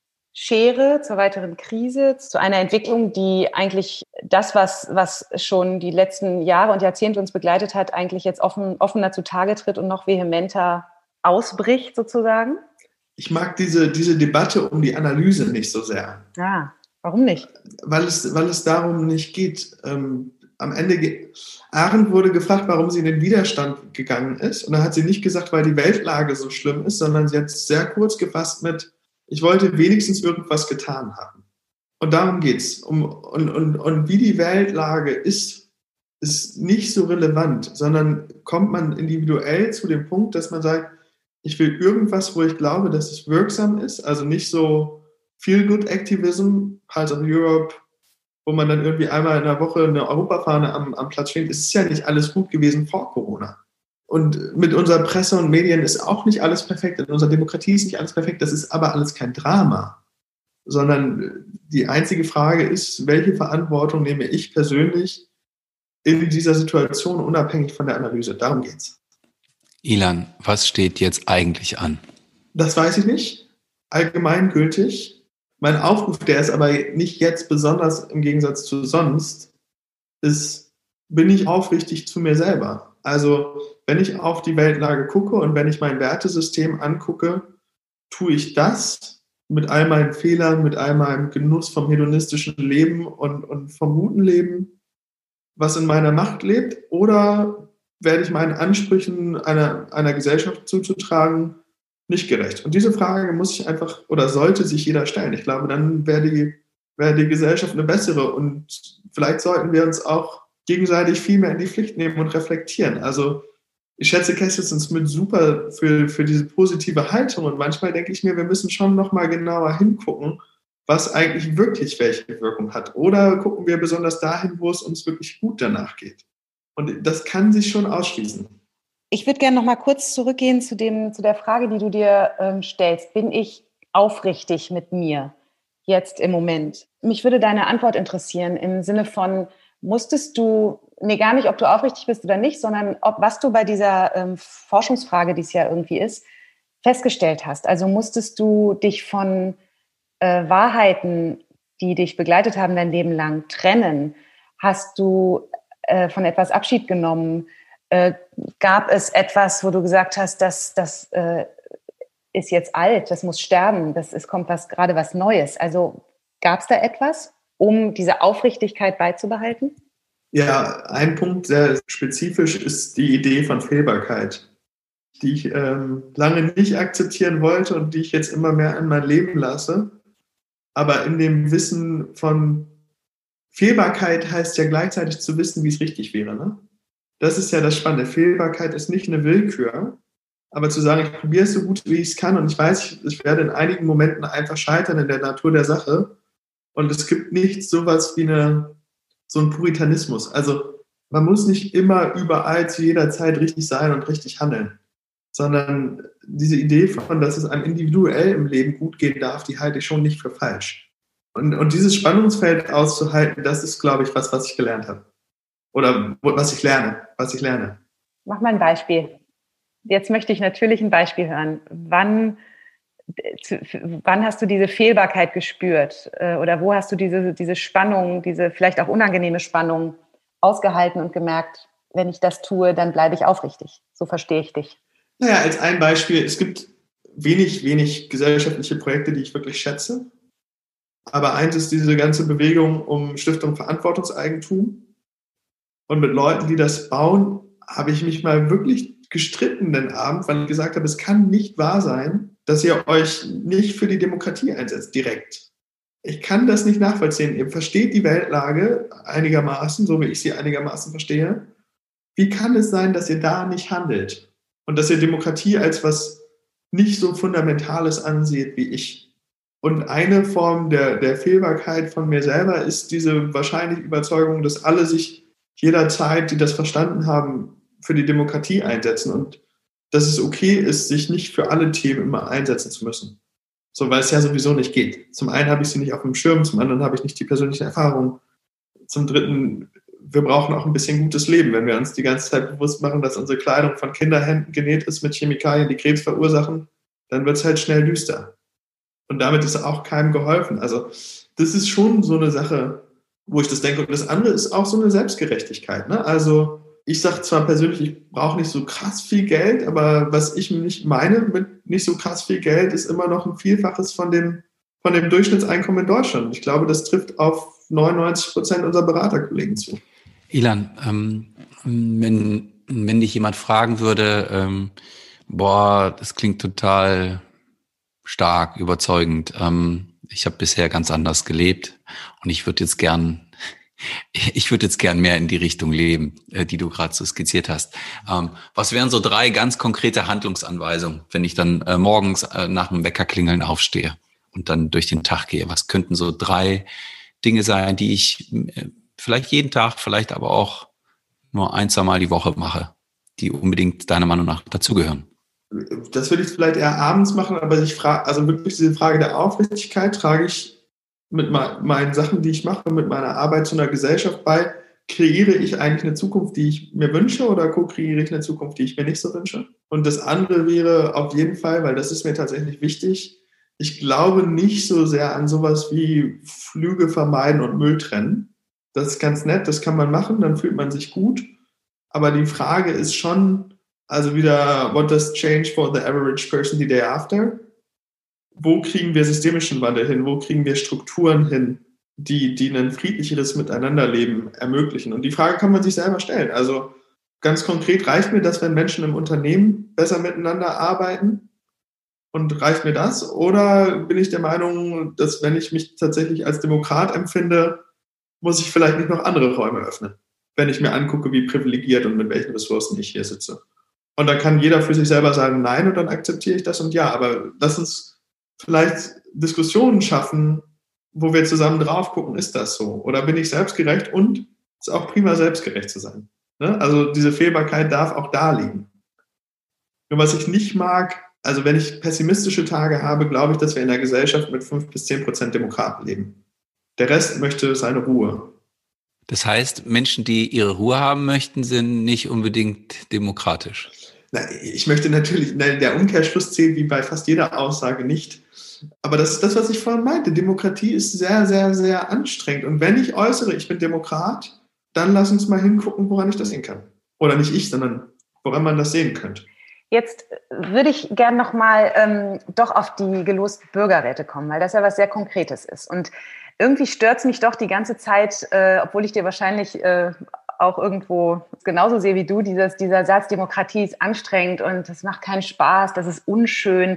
Schere, zur weiteren Krise, zu einer Entwicklung, die eigentlich das, was, was schon die letzten Jahre und Jahrzehnte uns begleitet hat, eigentlich jetzt offen, offener zutage tritt und noch vehementer ausbricht sozusagen? Ich mag diese, diese Debatte um die Analyse nicht so sehr. Ja, warum nicht? Weil es, weil es darum nicht geht. Ähm, am Ende, ge- Arendt wurde gefragt, warum sie in den Widerstand gegangen ist. Und dann hat sie nicht gesagt, weil die Weltlage so schlimm ist, sondern sie hat es sehr kurz gefasst mit, ich wollte wenigstens irgendwas getan haben. Und darum geht's. Um, und, und, und wie die Weltlage ist, ist nicht so relevant, sondern kommt man individuell zu dem Punkt, dass man sagt, ich will irgendwas, wo ich glaube, dass es wirksam ist, also nicht so Feel-Good-Activism, Pulse of Europe, wo man dann irgendwie einmal in der Woche eine Europafahne am, am Platz schwingt. Es ist ja nicht alles gut gewesen vor Corona. Und mit unserer Presse und Medien ist auch nicht alles perfekt, in unserer Demokratie ist nicht alles perfekt, das ist aber alles kein Drama. Sondern die einzige Frage ist, welche Verantwortung nehme ich persönlich in dieser Situation unabhängig von der Analyse? Darum geht's. Ilan, was steht jetzt eigentlich an? Das weiß ich nicht. Allgemeingültig. Mein Aufruf, der ist aber nicht jetzt besonders im Gegensatz zu sonst, ist, bin ich aufrichtig zu mir selber. Also, wenn ich auf die Weltlage gucke und wenn ich mein Wertesystem angucke, tue ich das mit all meinen Fehlern, mit all meinem Genuss vom hedonistischen Leben und, und vom guten Leben, was in meiner Macht lebt, oder werde ich meinen Ansprüchen einer, einer Gesellschaft zuzutragen nicht gerecht? Und diese Frage muss ich einfach oder sollte sich jeder stellen. Ich glaube, dann wäre die, wäre die Gesellschaft eine bessere und vielleicht sollten wir uns auch gegenseitig viel mehr in die Pflicht nehmen und reflektieren. Also ich schätze Cassidy super für, für diese positive Haltung und manchmal denke ich mir, wir müssen schon noch mal genauer hingucken, was eigentlich wirklich welche Wirkung hat. Oder gucken wir besonders dahin, wo es uns wirklich gut danach geht. Und das kann sich schon ausschließen. Ich würde gerne noch mal kurz zurückgehen zu, dem, zu der Frage, die du dir ähm, stellst. Bin ich aufrichtig mit mir jetzt im Moment? Mich würde deine Antwort interessieren im Sinne von, musstest du, nee, gar nicht, ob du aufrichtig bist oder nicht, sondern ob, was du bei dieser ähm, Forschungsfrage, die es ja irgendwie ist, festgestellt hast. Also musstest du dich von äh, Wahrheiten, die dich begleitet haben dein Leben lang, trennen? Hast du äh, von etwas Abschied genommen? Äh, gab es etwas, wo du gesagt hast, das, das äh, ist jetzt alt, das muss sterben, das ist, kommt was, gerade was Neues? Also gab es da etwas, um diese Aufrichtigkeit beizubehalten? Ja, ein Punkt sehr spezifisch ist die Idee von Fehlbarkeit, die ich ähm, lange nicht akzeptieren wollte und die ich jetzt immer mehr in mein Leben lasse. Aber in dem Wissen von Fehlbarkeit heißt ja gleichzeitig zu wissen, wie es richtig wäre. Ne? Das ist ja das Spannende. Fehlbarkeit ist nicht eine Willkür, aber zu sagen, ich probiere es so gut, wie ich es kann und ich weiß, ich, ich werde in einigen Momenten einfach scheitern in der Natur der Sache. Und es gibt nicht sowas wie eine, so einen Puritanismus. Also man muss nicht immer überall zu jeder Zeit richtig sein und richtig handeln, sondern diese Idee von, dass es einem individuell im Leben gut gehen darf, die halte ich schon nicht für falsch. Und, und dieses Spannungsfeld auszuhalten, das ist, glaube ich, was, was ich gelernt habe. Oder was ich lerne, was ich lerne. Mach mal ein Beispiel. Jetzt möchte ich natürlich ein Beispiel hören. Wann Zu, wann hast du diese Fehlbarkeit gespürt? Oder wo hast du diese, diese Spannung, diese vielleicht auch unangenehme Spannung ausgehalten und gemerkt, wenn ich das tue, dann bleibe ich aufrichtig? So verstehe ich dich. Naja, als ein Beispiel, es gibt wenig, wenig gesellschaftliche Projekte, die ich wirklich schätze. Aber eins ist diese ganze Bewegung um Stiftung Verantwortungseigentum. Und mit Leuten, die das bauen, habe ich mich mal wirklich gestritten den Abend, weil ich gesagt habe, es kann nicht wahr sein, dass ihr euch nicht für die Demokratie einsetzt, direkt. Ich kann das nicht nachvollziehen. Ihr versteht die Weltlage einigermaßen, so wie ich sie einigermaßen verstehe. Wie kann es sein, dass ihr da nicht handelt? Und dass ihr Demokratie als was nicht so Fundamentales anseht wie ich? Und eine Form der, der Fehlbarkeit von mir selber ist diese wahrscheinliche Überzeugung, dass alle sich jederzeit, die das verstanden haben, für die Demokratie einsetzen und dass es okay ist, sich nicht für alle Themen immer einsetzen zu müssen. So, weil es ja sowieso nicht geht. Zum einen habe ich sie nicht auf dem Schirm, zum anderen habe ich nicht die persönliche Erfahrung. Zum dritten, wir brauchen auch ein bisschen gutes Leben, wenn wir uns die ganze Zeit bewusst machen, dass unsere Kleidung von Kinderhänden genäht ist mit Chemikalien, die Krebs verursachen, dann wird es halt schnell düster. Und damit ist auch keinem geholfen. Also das ist schon so eine Sache, wo ich das denke. Und das andere ist auch so eine Selbstgerechtigkeit. Ne? Also ich sage zwar persönlich, ich brauche nicht so krass viel Geld, aber was ich nicht meine mit nicht so krass viel Geld, ist immer noch ein Vielfaches von dem, von dem Durchschnittseinkommen in Deutschland. Ich glaube, das trifft auf neunundneunzig Prozent unserer Beraterkollegen zu. Ilan, ähm, wenn, wenn dich jemand fragen würde, ähm, boah, das klingt total stark, überzeugend. Ähm, ich habe bisher ganz anders gelebt und ich würde jetzt gern Ich würde jetzt gern mehr in die Richtung leben, die du gerade so skizziert hast. Ähm, was wären so drei ganz konkrete Handlungsanweisungen, wenn ich dann äh, morgens äh, nach dem Weckerklingeln aufstehe und dann durch den Tag gehe? Was könnten so drei Dinge sein, die ich äh, vielleicht jeden Tag, vielleicht aber auch nur ein, zwei Mal die Woche mache, die unbedingt deiner Meinung nach dazugehören? Das würde ich vielleicht eher abends machen, aber ich frage, also wirklich diese Frage der Aufrichtigkeit trage ich mit meinen Sachen, die ich mache, mit meiner Arbeit zu einer Gesellschaft bei. Kreiere ich eigentlich eine Zukunft, die ich mir wünsche, oder co-kreiere ich eine Zukunft, die ich mir nicht so wünsche? Und das andere wäre auf jeden Fall, weil das ist mir tatsächlich wichtig, ich glaube nicht so sehr an sowas wie Flüge vermeiden und Müll trennen. Das ist ganz nett, das kann man machen, dann fühlt man sich gut. Aber die Frage ist schon, also wieder, what does change for the average person the day after? Wo kriegen wir systemischen Wandel hin? Wo kriegen wir Strukturen hin, die, die ein friedlicheres Miteinanderleben ermöglichen? Und die Frage kann man sich selber stellen. Also ganz konkret, reicht mir das, wenn Menschen im Unternehmen besser miteinander arbeiten? Und reicht mir das? Oder bin ich der Meinung, dass wenn ich mich tatsächlich als Demokrat empfinde, muss ich vielleicht nicht noch andere Räume öffnen, wenn ich mir angucke, wie privilegiert und mit welchen Ressourcen ich hier sitze? Und dann kann jeder für sich selber sagen, nein, und dann akzeptiere ich das und ja. Aber lass uns vielleicht Diskussionen schaffen, wo wir zusammen drauf gucken, ist das so? Oder bin ich selbstgerecht? Und es ist auch prima, selbstgerecht zu sein. Ne? Also diese Fehlbarkeit darf auch da liegen. Nur was ich nicht mag, also wenn ich pessimistische Tage habe, glaube ich, dass wir in einer Gesellschaft mit fünf bis zehn Prozent Demokraten leben. Der Rest möchte seine Ruhe. Das heißt, Menschen, die ihre Ruhe haben möchten, sind nicht unbedingt demokratisch. Na, ich möchte natürlich, nein, der Umkehrschluss zählt wie bei fast jeder Aussage nicht. Aber das ist das, was ich vorhin meinte. Demokratie ist sehr, sehr, sehr anstrengend. Und wenn ich äußere, ich bin Demokrat, dann lass uns mal hingucken, woran ich das sehen kann. Oder nicht ich, sondern woran man das sehen könnte. Jetzt würde ich gern nochmal ähm, doch auf die gelosten Bürgerräte kommen, weil das ja was sehr Konkretes ist. Und irgendwie stört es mich doch die ganze Zeit, äh, obwohl ich dir wahrscheinlich äh, auch irgendwo genauso sehe wie du, dieses, dieser Satz, Demokratie ist anstrengend und das macht keinen Spaß, das ist unschön.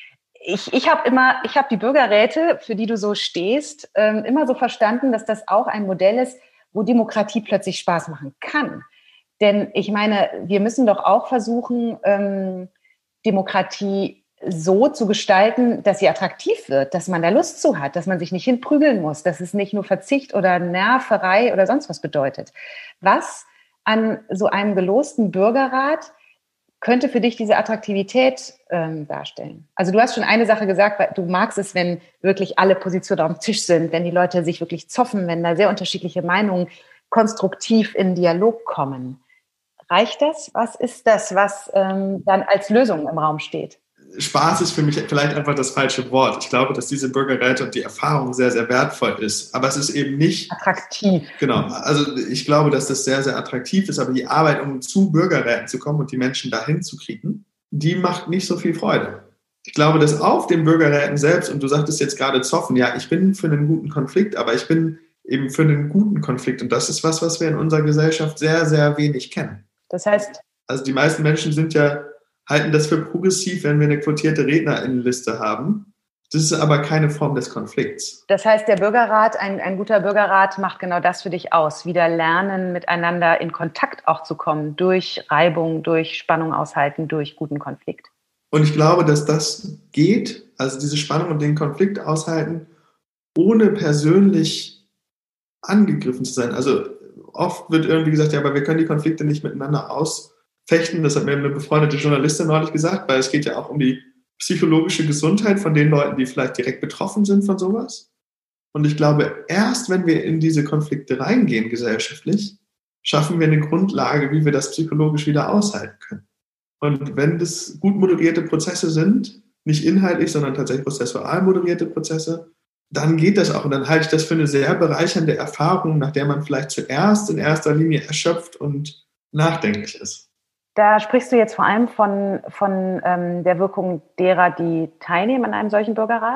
Ich, ich habe immer, ich habe die Bürgerräte, für die du so stehst, ähm, immer so verstanden, dass das auch ein Modell ist, wo Demokratie plötzlich Spaß machen kann. Denn ich meine, wir müssen doch auch versuchen, ähm, Demokratie so zu gestalten, dass sie attraktiv wird, dass man da Lust zu hat, dass man sich nicht hinprügeln muss, dass es nicht nur Verzicht oder Nerverei oder sonst was bedeutet. Was an so einem gelosten Bürgerrat könnte für dich diese Attraktivität ähm, darstellen? Also du hast schon eine Sache gesagt, weil du magst es, wenn wirklich alle Positionen auf dem Tisch sind, wenn die Leute sich wirklich zoffen, wenn da sehr unterschiedliche Meinungen konstruktiv in Dialog kommen. Reicht das? Was ist das, was ähm, dann als Lösung im Raum steht? Spaß ist für mich vielleicht einfach das falsche Wort. Ich glaube, dass diese Bürgerräte und die Erfahrung sehr, sehr wertvoll ist. Aber es ist eben nicht attraktiv. Genau. Also ich glaube, dass das sehr, sehr attraktiv ist. Aber die Arbeit, um zu Bürgerräten zu kommen und die Menschen dahin zu kriegen, die macht nicht so viel Freude. Ich glaube, dass auf den Bürgerräten selbst, und du sagtest jetzt gerade Zoffen, ja, ich bin für einen guten Konflikt, aber ich bin eben für einen guten Konflikt. Und das ist was, was wir in unserer Gesellschaft sehr, sehr wenig kennen. Das heißt? Also die meisten Menschen sind ja halten das für progressiv, wenn wir eine quotierte Rednerinnenliste haben. Das ist aber keine Form des Konflikts. Das heißt, der Bürgerrat, ein, ein guter Bürgerrat macht genau das für dich aus. Wieder lernen, miteinander in Kontakt auch zu kommen, durch Reibung, durch Spannung aushalten, durch guten Konflikt. Und ich glaube, dass das geht, also diese Spannung und den Konflikt aushalten, ohne persönlich angegriffen zu sein. Also oft wird irgendwie gesagt, ja, aber wir können die Konflikte nicht miteinander aus fechten, das hat mir eine befreundete Journalistin neulich gesagt, weil es geht ja auch um die psychologische Gesundheit von den Leuten, die vielleicht direkt betroffen sind von sowas. Und ich glaube, erst wenn wir in diese Konflikte reingehen gesellschaftlich, schaffen wir eine Grundlage, wie wir das psychologisch wieder aushalten können. Und wenn das gut moderierte Prozesse sind, nicht inhaltlich, sondern tatsächlich prozessual moderierte Prozesse, dann geht das auch. Und dann halte ich das für eine sehr bereichernde Erfahrung, nach der man vielleicht zuerst in erster Linie erschöpft und nachdenklich ist. Da sprichst du jetzt vor allem von, von ähm, der Wirkung derer, die teilnehmen an einem solchen Bürgerrat.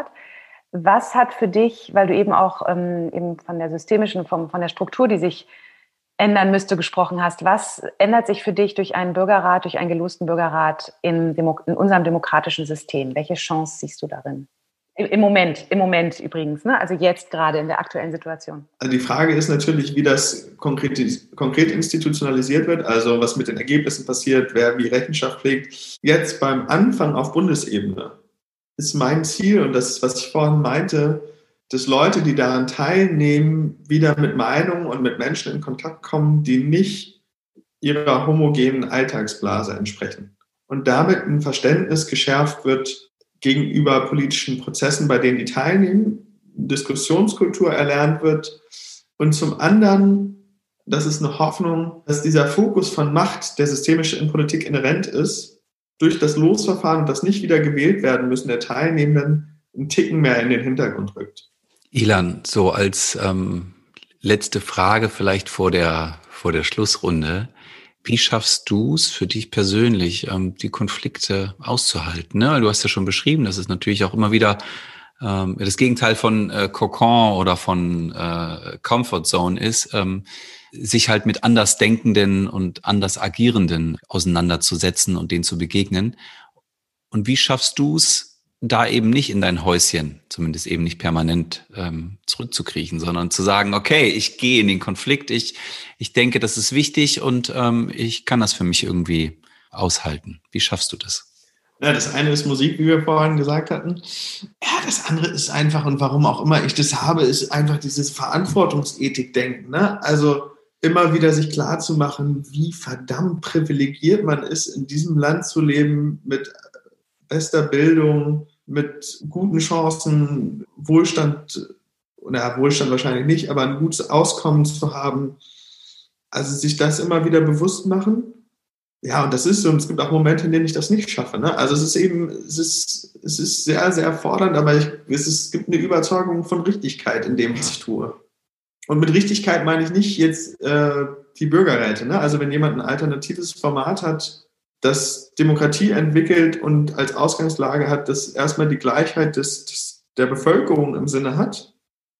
Was hat für dich, weil du eben auch ähm, eben von der systemischen, vom, von der Struktur, die sich ändern müsste, gesprochen hast, was ändert sich für dich durch einen Bürgerrat, durch einen gelosten Bürgerrat in, Demo- in unserem demokratischen System? Welche Chance siehst du darin? Im Moment, im Moment übrigens, ne? Also jetzt gerade in der aktuellen Situation. Also die Frage ist natürlich, wie das konkret, konkret institutionalisiert wird, also was mit den Ergebnissen passiert, wer wie Rechenschaft pflegt. Jetzt beim Anfang auf Bundesebene ist mein Ziel, und das ist, was ich vorhin meinte, dass Leute, die daran teilnehmen, wieder mit Meinungen und mit Menschen in Kontakt kommen, die nicht ihrer homogenen Alltagsblase entsprechen. Und damit ein Verständnis geschärft wird gegenüber politischen Prozessen, bei denen die teilnehmen, Diskussionskultur erlernt wird und zum anderen, das ist eine Hoffnung, dass dieser Fokus von Macht, der systemisch in Politik inhärent ist, durch das Losverfahren und das nicht wieder gewählt werden müssen der Teilnehmenden einen Ticken mehr in den Hintergrund rückt. Ilan, so als ähm, letzte Frage vielleicht vor der, vor der Schlussrunde. Wie schaffst du es für dich persönlich, ähm, die Konflikte auszuhalten? Ne? Du hast ja schon beschrieben, dass es natürlich auch immer wieder ähm, das Gegenteil von äh, Kokon oder von äh, Comfort Zone ist, ähm, sich halt mit Andersdenkenden und anders Agierenden auseinanderzusetzen und denen zu begegnen. Und wie schaffst du es, da eben nicht in dein Häuschen, zumindest eben nicht permanent ähm, zurückzukriechen, sondern zu sagen, okay, ich gehe in den Konflikt, ich ich denke, das ist wichtig und ähm, ich kann das für mich irgendwie aushalten. Wie schaffst du das? Ja, das eine ist Musik, wie wir vorhin gesagt hatten. Ja, das andere ist einfach, und warum auch immer ich das habe, ist einfach dieses Verantwortungsethik-Denken. Ne? Also immer wieder sich klarzumachen, wie verdammt privilegiert man ist, in diesem Land zu leben, mit bester Bildung, mit guten Chancen, Wohlstand, oder Wohlstand wahrscheinlich nicht, aber ein gutes Auskommen zu haben. Also sich das immer wieder bewusst machen. Ja, und das ist so, und es gibt auch Momente, in denen ich das nicht schaffe. Ne? Also es ist eben, es ist, es ist sehr, sehr fordernd, aber ich, es, ist, es gibt eine Überzeugung von Richtigkeit in dem, was ich tue. Und mit Richtigkeit meine ich nicht jetzt äh, die Bürgerräte. Ne? Also wenn jemand ein alternatives Format hat, das Demokratie entwickelt und als Ausgangslage hat, dass erstmal die Gleichheit des, des, der Bevölkerung im Sinne hat,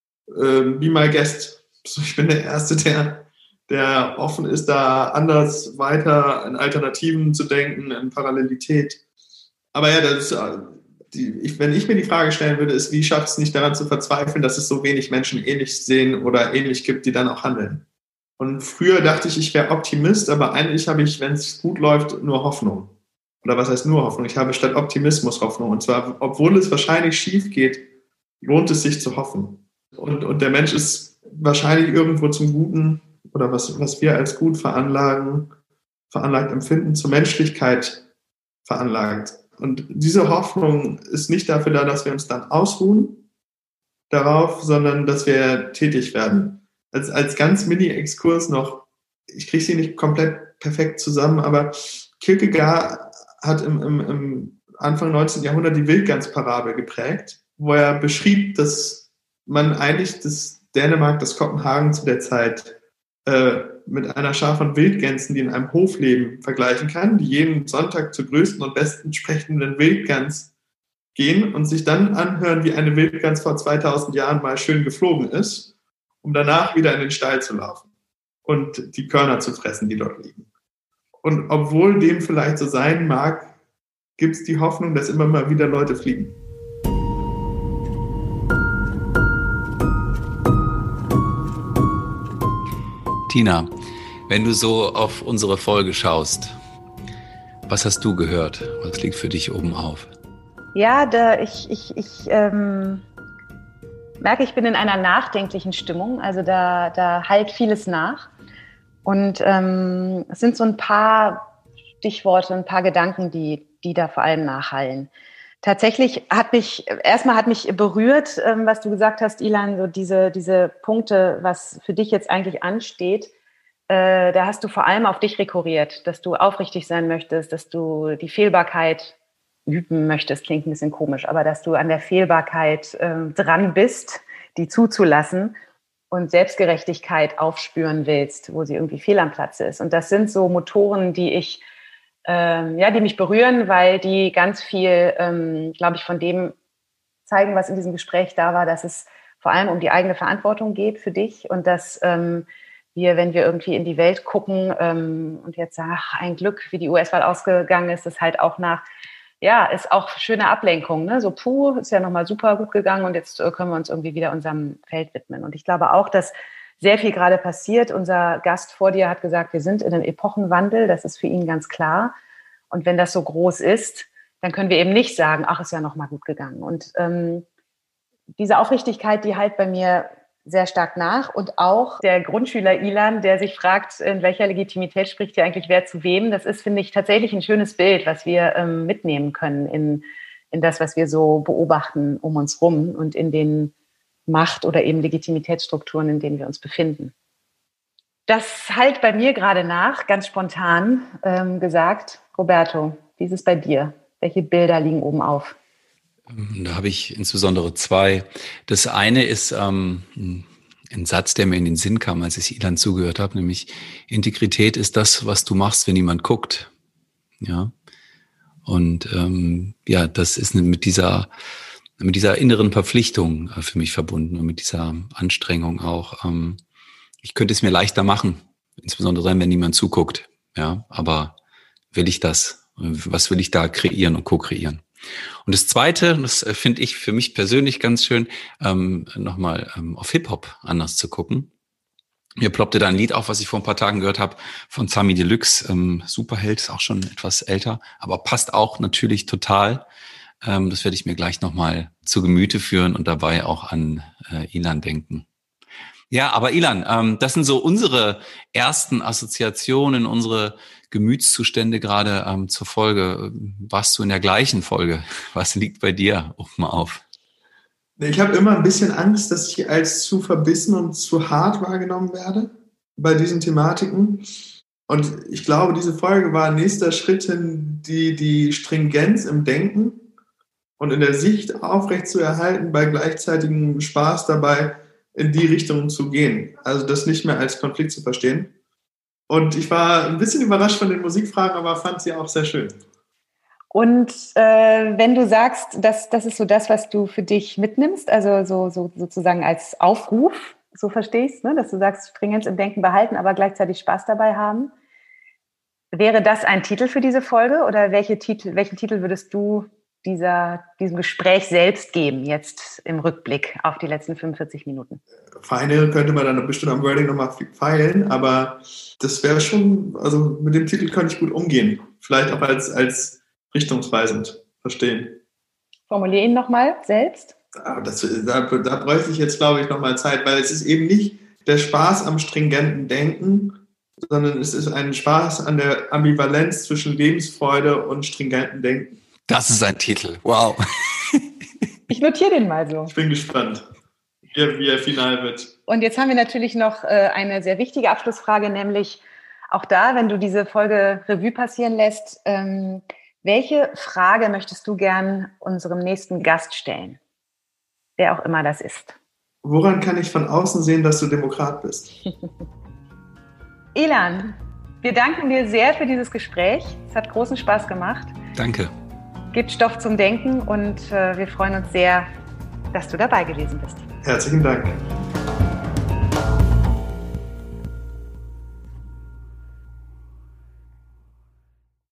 äh, be my guest. Also ich bin der Erste, der, der offen ist, da anders weiter in Alternativen zu denken, in Parallelität. Aber ja, das ist, die, ich, wenn ich mir die Frage stellen würde, ist, wie schafft es nicht daran zu verzweifeln, dass es so wenig Menschen ähnlich sehen oder ähnlich gibt, die dann auch handeln. Und früher dachte ich, ich wäre Optimist, aber eigentlich habe ich, wenn es gut läuft, nur Hoffnung. Oder was heißt nur Hoffnung? Ich habe statt Optimismus Hoffnung. Und zwar, obwohl es wahrscheinlich schief geht, lohnt es sich zu hoffen. Und, und der Mensch ist wahrscheinlich irgendwo zum Guten, oder was, was wir als gut veranlagen, veranlagt empfinden, zur Menschlichkeit veranlagt. Und diese Hoffnung ist nicht dafür da, dass wir uns dann ausruhen darauf, sondern dass wir tätig werden. Als, als ganz Mini-Exkurs noch, ich kriege sie nicht komplett perfekt zusammen, aber Kierkegaard hat im, im, im Anfang neunzehnten. Jahrhundert die Wildgans-Parabel geprägt, wo er beschrieb, dass man eigentlich das Dänemark, das Kopenhagen zu der Zeit äh, mit einer Schar von Wildgänsen, die in einem Hof leben, vergleichen kann, die jeden Sonntag zur größten und besten sprechenden Wildgans gehen und sich dann anhören, wie eine Wildgans vor zweitausend Jahren mal schön geflogen ist, um danach wieder in den Stall zu laufen und die Körner zu fressen, die dort liegen. Und obwohl dem vielleicht so sein mag, gibt es die Hoffnung, dass immer mal wieder Leute fliegen. Tina, wenn du so auf unsere Folge schaust, was hast du gehört? Was liegt für dich oben auf? Ja, da ich, ich, ich ähm, merke, ich bin in einer nachdenklichen Stimmung. Also da, da hallt vieles nach. Und ähm, es sind so ein paar Stichworte, ein paar Gedanken, die, die da vor allem nachhallen. Tatsächlich hat mich, erstmal hat mich berührt, ähm, was du gesagt hast, Ilan, so diese, diese Punkte, was für dich jetzt eigentlich ansteht. Äh, da hast du vor allem auf dich rekurriert, dass du aufrichtig sein möchtest, dass du die Fehlbarkeit üben möchtest, klingt ein bisschen komisch, aber dass du an der Fehlbarkeit äh, dran bist, die zuzulassen und Selbstgerechtigkeit aufspüren willst, wo sie irgendwie fehl am Platze ist. Und das sind so Motoren, die ich Ähm, ja, die mich berühren, weil die ganz viel, ähm, glaube ich, von dem zeigen, was in diesem Gespräch da war, dass es vor allem um die eigene Verantwortung geht für dich und dass ähm, wir, wenn wir irgendwie in die Welt gucken ähm, und jetzt sagen, ach, ein Glück, wie die U S-Wahl ausgegangen ist, ist halt auch nach, ja, ist auch schöne Ablenkung, ne? So, puh, ist ja nochmal super gut gegangen und jetzt äh, können wir uns irgendwie wieder unserem Feld widmen. Und ich glaube auch, dass sehr viel gerade passiert. Unser Gast vor dir hat gesagt, wir sind in einem Epochenwandel. Das ist für ihn ganz klar. Und wenn das so groß ist, dann können wir eben nicht sagen, ach, ist ja noch mal gut gegangen. Und ähm, diese Aufrichtigkeit, die halt bei mir sehr stark nach. Und auch der Grundschüler Ilan, der sich fragt, in welcher Legitimität spricht hier eigentlich wer zu wem. Das ist, finde ich, tatsächlich ein schönes Bild, was wir ähm, mitnehmen können in, in das, was wir so beobachten um uns rum und in den Macht- oder eben Legitimitätsstrukturen, in denen wir uns befinden. Das halt bei mir gerade nach, ganz spontan ähm, gesagt. Roberto, wie ist es bei dir? Welche Bilder liegen oben auf? Da habe ich insbesondere zwei. Das eine ist ähm, ein Satz, der mir in den Sinn kam, als ich Ilan zugehört habe, nämlich Integrität ist das, was du machst, wenn niemand guckt. Ja. Und ähm, ja, das ist mit dieser mit dieser inneren Verpflichtung äh, für mich verbunden und mit dieser Anstrengung auch. Ähm, ich könnte es mir leichter machen, insbesondere dann, wenn niemand zuguckt. Ja, aber will ich das? Was will ich da kreieren und co-kreieren? Und das Zweite, das finde ich für mich persönlich ganz schön, ähm, nochmal ähm, auf Hip-Hop anders zu gucken. Mir ploppte da ein Lied auf, was ich vor ein paar Tagen gehört habe, von Samy Deluxe, ähm, Superheld, ist auch schon etwas älter, aber passt auch natürlich total. Ähm, das werde ich mir gleich nochmal zu Gemüte führen und dabei auch an äh, Ilan denken. Ja, aber Ilan, ähm, das sind so unsere ersten Assoziationen, unsere Gemütszustände gerade ähm, zur Folge. Warst du in der gleichen Folge? Was liegt bei dir oben auf? Ich habe immer ein bisschen Angst, dass ich als zu verbissen und zu hart wahrgenommen werde bei diesen Thematiken. Und ich glaube, diese Folge war ein nächster Schritt hin, die, die Stringenz im Denken und in der Sicht aufrechtzuerhalten, bei gleichzeitigem Spaß dabei in die Richtung zu gehen. Also das nicht mehr als Konflikt zu verstehen. Und ich war ein bisschen überrascht von den Musikfragen, aber fand sie auch sehr schön. Und äh, wenn du sagst, dass das ist so das, was du für dich mitnimmst, also so, so sozusagen als Aufruf, so verstehst, ne? Dass du sagst, Stringenz im Denken behalten, aber gleichzeitig Spaß dabei haben. Wäre das ein Titel für diese Folge oder welche Titel, welchen Titel würdest du dieser, diesem Gespräch selbst geben, jetzt im Rückblick auf die letzten fünfundvierzig Minuten? Feine könnte man dann bestimmt am Wording nochmal feilen, aber das wäre schon, also mit dem Titel könnte ich gut umgehen. Vielleicht auch als, als richtungsweisend verstehen. Formuliere ihn nochmal selbst. Das, da, da bräuchte ich jetzt, glaube ich, nochmal Zeit, weil es ist eben nicht der Spaß am stringenten Denken, sondern es ist ein Spaß an der Ambivalenz zwischen Lebensfreude und stringentem Denken. Das ist ein Titel. Wow. Ich notiere den mal so. Ich bin gespannt, wie, wie er final wird. Und jetzt haben wir natürlich noch äh, eine sehr wichtige Abschlussfrage, nämlich auch da, wenn du diese Folge Revue passieren lässt, ähm, welche Frage möchtest du gern unserem nächsten Gast stellen? Wer auch immer das ist. Woran kann ich von außen sehen, dass du Demokrat bist? Ilan, wir danken dir sehr für dieses Gespräch. Es hat großen Spaß gemacht. Danke. Gibt Stoff zum Denken und äh, wir freuen uns sehr, dass du dabei gewesen bist. Herzlichen Dank.